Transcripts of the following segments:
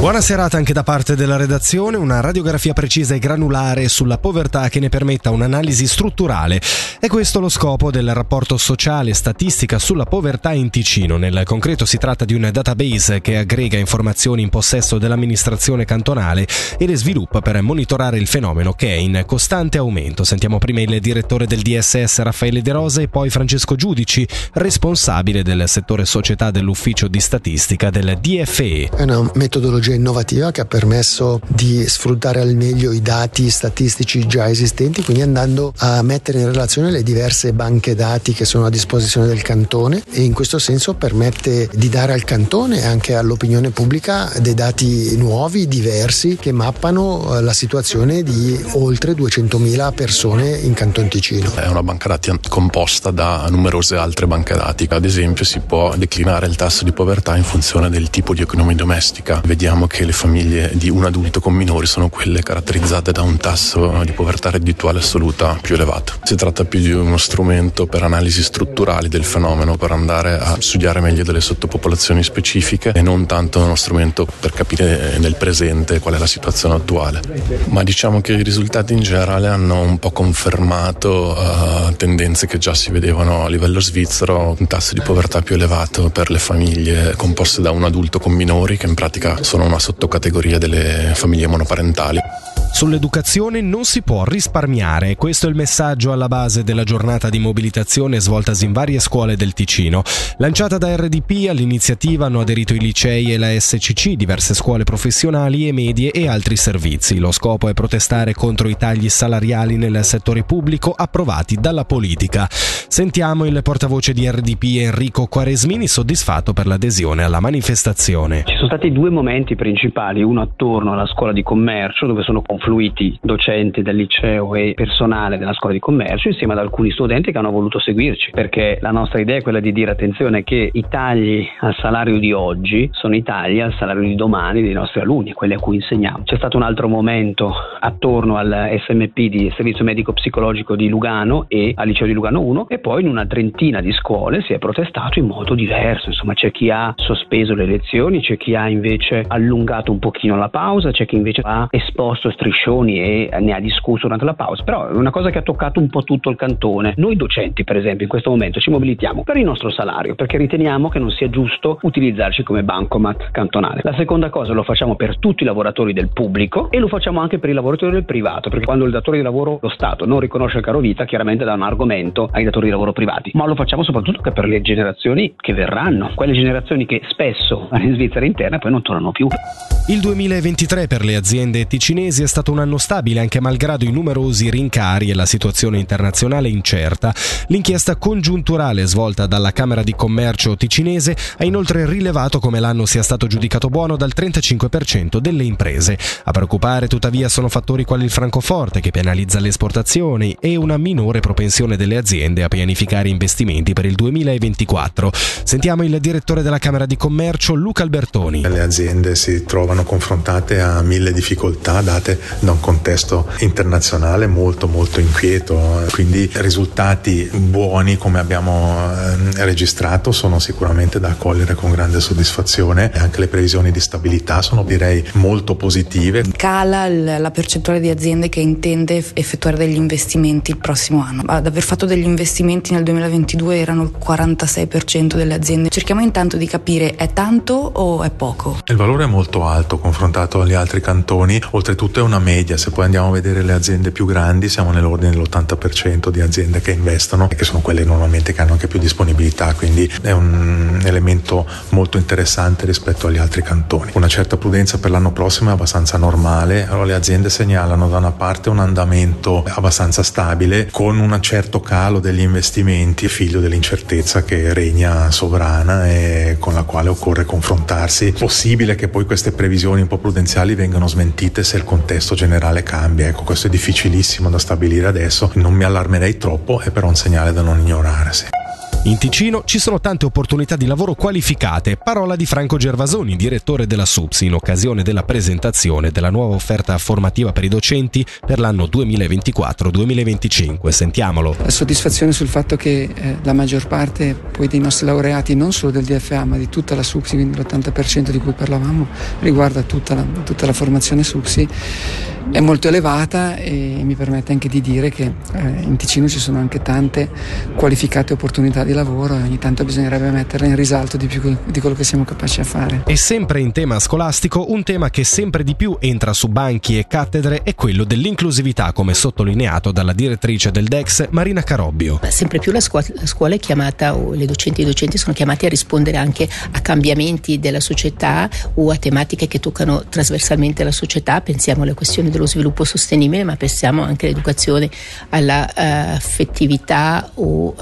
Buona serata anche da parte della redazione, una radiografia precisa e granulare sulla povertà che ne permetta un'analisi strutturale. È questo lo scopo del rapporto sociale e statistica sulla povertà in Ticino. Nel concreto si tratta di un database che aggrega informazioni in possesso dell'amministrazione cantonale e le sviluppa per monitorare il fenomeno che è in costante aumento. Sentiamo prima il direttore del DSS Raffaele De Rosa e poi Francesco Giudici, responsabile del settore società dell'ufficio di statistica del DFE. È una metodologia innovativa che ha permesso di sfruttare al meglio i dati statistici già esistenti, quindi andando a mettere in relazione le diverse banche dati che sono a disposizione del cantone, e in questo senso permette di dare al cantone e anche all'opinione pubblica dei dati nuovi, diversi, che mappano la situazione di oltre 200.000 persone in Canton Ticino. È una banca dati composta da numerose altre banche dati. Ad esempio si può declinare il tasso di povertà in funzione del tipo di economia domestica. Vediamo che le famiglie di un adulto con minori sono quelle caratterizzate da un tasso di povertà reddituale assoluta più elevato. Si tratta più di uno strumento per analisi strutturali del fenomeno, per andare a studiare meglio delle sottopopolazioni specifiche e non tanto uno strumento per capire nel presente qual è la situazione attuale. Ma diciamo che i risultati in generale hanno un po' confermato tendenze che già si vedevano a livello svizzero, un tasso di povertà più elevato per le famiglie composte da un adulto con minori, che in pratica sono una sottocategoria delle famiglie monoparentali. Sull'educazione non si può risparmiare, questo è il messaggio alla base della giornata di mobilitazione svoltasi in varie scuole del Ticino. Lanciata da RDP, all'iniziativa hanno aderito i licei e la SCC, diverse scuole professionali e medie e altri servizi. Lo scopo è protestare contro i tagli salariali nel settore pubblico approvati dalla politica. Sentiamo il portavoce di RDP Enrico Quaresmini, soddisfatto per l'adesione alla manifestazione. Ci sono stati due momenti principali, uno attorno alla scuola di commercio, dove sono confluiti docenti del liceo e personale della scuola di commercio insieme ad alcuni studenti che hanno voluto seguirci, perché la nostra idea è quella di dire attenzione che i tagli al salario di oggi sono i tagli al salario di domani dei nostri alunni, quelli a cui insegniamo. C'è stato un altro momento attorno al SMP di Servizio Medico Psicologico di Lugano e al liceo di Lugano 1, e poi in una trentina di scuole si è protestato in modo diverso. Insomma, c'è chi ha sospeso le lezioni, c'è chi ha invece allungato un pochino la pausa, c'è chi invece ha esposto striscioni e ne ha discusso durante la pausa. Però è una cosa che ha toccato un po' tutto il cantone. Noi docenti, per esempio, in questo momento ci mobilitiamo per il nostro salario, perché riteniamo che non sia giusto utilizzarci come bancomat cantonale. La seconda cosa, lo facciamo per tutti i lavoratori del pubblico e lo facciamo anche per i lavoratori del privato, perché quando il datore di lavoro, lo Stato, non riconosce il caro vita, chiaramente dà un argomento ai datori di lavoro privati, ma lo facciamo soprattutto per le generazioni che verranno, quelle generazioni che spesso in Svizzera interna poi non tornano più. Il 2023 per le aziende ticinesi è stato un anno stabile anche malgrado i numerosi rincari e la situazione internazionale incerta. L'inchiesta congiunturale svolta dalla Camera di Commercio ticinese ha inoltre rilevato come l'anno sia stato giudicato buono dal 35% delle imprese. A preoccupare tuttavia sono fattori quali il francoforte, che penalizza le esportazioni, e una minore propensione delle aziende a pianificare investimenti per il 2024. Sentiamo il direttore della Camera di Commercio, Luca Albertoni. Le aziende si trovano confrontate a mille difficoltà date da un contesto internazionale molto inquieto, quindi risultati buoni come abbiamo registrato sono sicuramente da accogliere con grande soddisfazione. Anche le previsioni di stabilità sono, direi, molto positive. Cala la percentuale di aziende che intende effettuare degli investimenti il prossimo anno. Ad aver fatto degli investimenti nel 2022 erano il 46% delle aziende. Cerchiamo intanto di capire, è tanto o è poco? Il valore è molto alto confrontato agli altri cantoni, oltretutto è una media. Se poi andiamo a vedere le aziende più grandi, siamo nell'ordine dell'80% di aziende che investono e che sono quelle normalmente che hanno anche più disponibilità, quindi è un elemento molto interessante rispetto agli altri cantoni. Una certa prudenza per l'anno prossimo è abbastanza normale. Allora, le aziende segnalano da una parte un andamento abbastanza stabile con un certo calo degli investimenti, figlio dell'incertezza che regna sovrana e con la quale occorre confrontarsi. Possibile che poi queste previsioni un po' prudenziali vengano smentite se il contesto generale cambia. Ecco, questo è difficilissimo da stabilire adesso, non mi allarmerei troppo, è però un segnale da non ignorare. Sì. In Ticino ci sono tante opportunità di lavoro qualificate, parola di Franco Gervasoni, direttore della SUPSI, in occasione della presentazione della nuova offerta formativa per i docenti per l'anno 2024-2025. Sentiamolo. La soddisfazione sul fatto che la maggior parte poi dei nostri laureati, non solo del DFA ma di tutta la SUPSI, quindi l'80% di cui parlavamo, riguarda tutta la formazione SUPSI, è molto elevata, e mi permette anche di dire che in Ticino ci sono anche tante qualificate opportunità di lavoro e ogni tanto bisognerebbe metterle in risalto di più di quello che siamo capaci a fare. E sempre in tema scolastico, un tema che sempre di più entra su banchi e cattedre è quello dell'inclusività, come sottolineato dalla direttrice del DEX Marina Carobbio. Sempre più la scuola è chiamata, o le docenti e i docenti sono chiamati a rispondere anche a cambiamenti della società o a tematiche che toccano trasversalmente la società. Pensiamo alle questioni dello sviluppo sostenibile, ma pensiamo anche all'educazione alla affettività o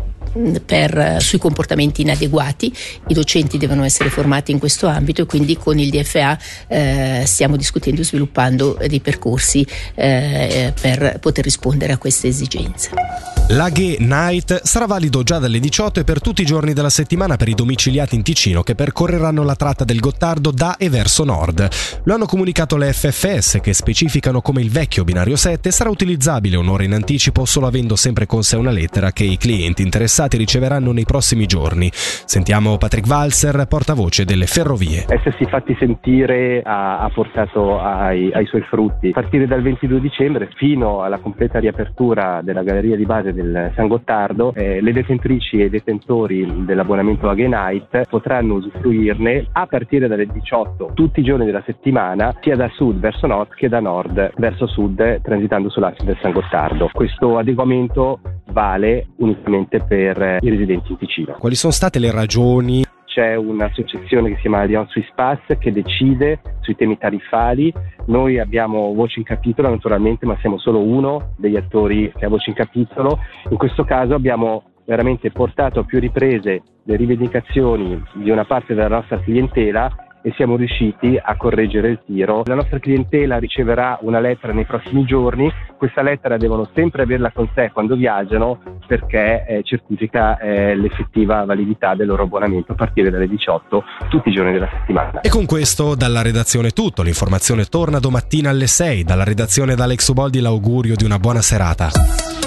sui comportamenti inadeguati. I docenti devono essere formati in questo ambito e quindi con il DFA stiamo discutendo e sviluppando dei percorsi per poter rispondere a queste esigenze. L'Aghe Night sarà valido già dalle 18 e per tutti i giorni della settimana per i domiciliati in Ticino che percorreranno la tratta del Gottardo da e verso nord. Lo hanno comunicato le FFS, che specificano come il vecchio binario 7 sarà utilizzabile un'ora in anticipo, solo avendo sempre con sé una lettera che i clienti interessati riceveranno nei prossimi giorni. Sentiamo Patrick Walser, portavoce delle ferrovie. Essersi fatti sentire ha portato ai suoi frutti. A partire dal 22 dicembre fino alla completa riapertura della galleria di base del San Gottardo, le detentrici e i detentori dell'abbonamento Aghe Night potranno usufruirne a partire dalle 18 tutti i giorni della settimana, sia da sud verso nord che da nord verso sud, transitando sull'asse del San Gottardo. Questo adeguamento vale unicamente per i residenti in Ticino. Quali sono state le ragioni? C'è un'associazione che si chiama Alliance Swiss Pass che decide sui temi tariffari. Noi abbiamo voce in capitolo naturalmente, ma siamo solo uno degli attori che ha voce in capitolo. In questo caso abbiamo veramente portato a più riprese le rivendicazioni di una parte della nostra clientela e siamo riusciti a correggere il tiro. La nostra clientela riceverà una lettera nei prossimi giorni. Questa lettera devono sempre averla con sé quando viaggiano, perché certifica l'effettiva validità del loro abbonamento a partire dalle 18 tutti i giorni della settimana. E con questo dalla redazione è tutto. L'informazione torna domattina alle 6. Dalla redazione da Alex Uboldi l'augurio di una buona serata.